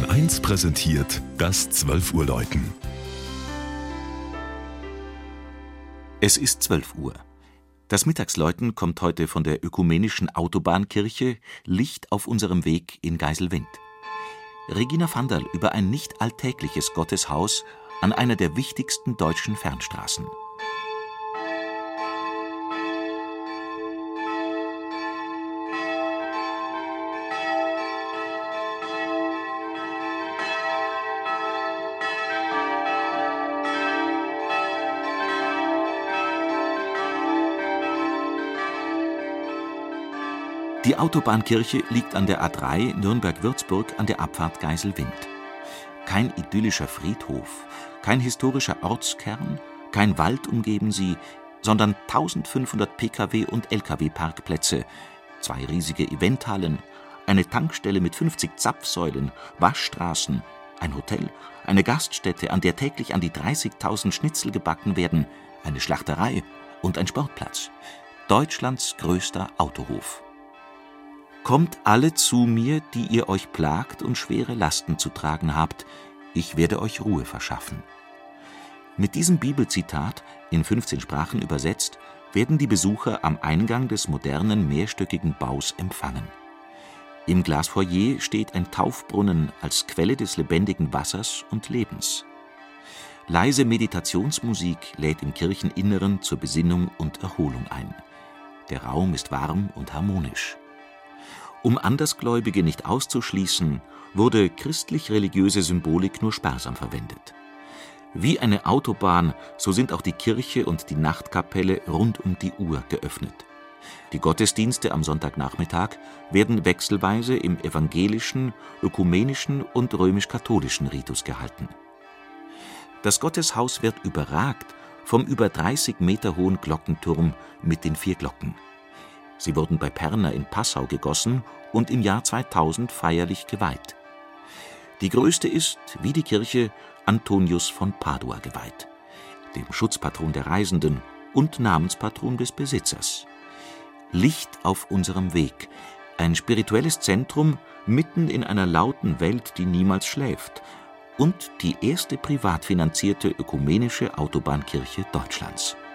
HR1 präsentiert das 12-Uhr-Läuten. Es ist 12 Uhr. Das Mittagsläuten kommt heute von der Ökumenischen Autobahnkirche Licht auf unserem Weg in Geiselwind. Regina Vanderl über ein nicht alltägliches Gotteshaus an einer der wichtigsten deutschen Fernstraßen. Die Autobahnkirche liegt an der A3 Nürnberg-Würzburg an der Abfahrt Geiselwind. Kein idyllischer Friedhof, kein historischer Ortskern, kein Wald umgeben sie, sondern 1500 Pkw- und Lkw-Parkplätze, 2 riesige Eventhallen, eine Tankstelle mit 50 Zapfsäulen, Waschstraßen, ein Hotel, eine Gaststätte, an der täglich an die 30.000 Schnitzel gebacken werden, eine Schlachterei und ein Sportplatz. Deutschlands größter Autohof. Kommt alle zu mir, die ihr euch plagt und schwere Lasten zu tragen habt, ich werde euch Ruhe verschaffen. Mit diesem Bibelzitat, in 15 Sprachen übersetzt, werden die Besucher am Eingang des modernen mehrstöckigen Baus empfangen. Im Glasfoyer steht ein Taufbrunnen als Quelle des lebendigen Wassers und Lebens. Leise Meditationsmusik lädt im Kircheninneren zur Besinnung und Erholung ein. Der Raum ist warm und harmonisch. Um Andersgläubige nicht auszuschließen, wurde christlich-religiöse Symbolik nur sparsam verwendet. Wie eine Autobahn, so sind auch die Kirche und die Nachtkapelle rund um die Uhr geöffnet. Die Gottesdienste am Sonntagnachmittag werden wechselweise im evangelischen, ökumenischen und römisch-katholischen Ritus gehalten. Das Gotteshaus wird überragt vom über 30 Meter hohen Glockenturm mit den 4 Glocken. Sie wurden bei Perna in Passau gegossen und im Jahr 2000 feierlich geweiht. Die größte ist, wie die Kirche, Antonius von Padua geweiht, dem Schutzpatron der Reisenden und Namenspatron des Besitzers. Licht auf unserem Weg, ein spirituelles Zentrum mitten in einer lauten Welt, die niemals schläft, und die erste privat finanzierte ökumenische Autobahnkirche Deutschlands.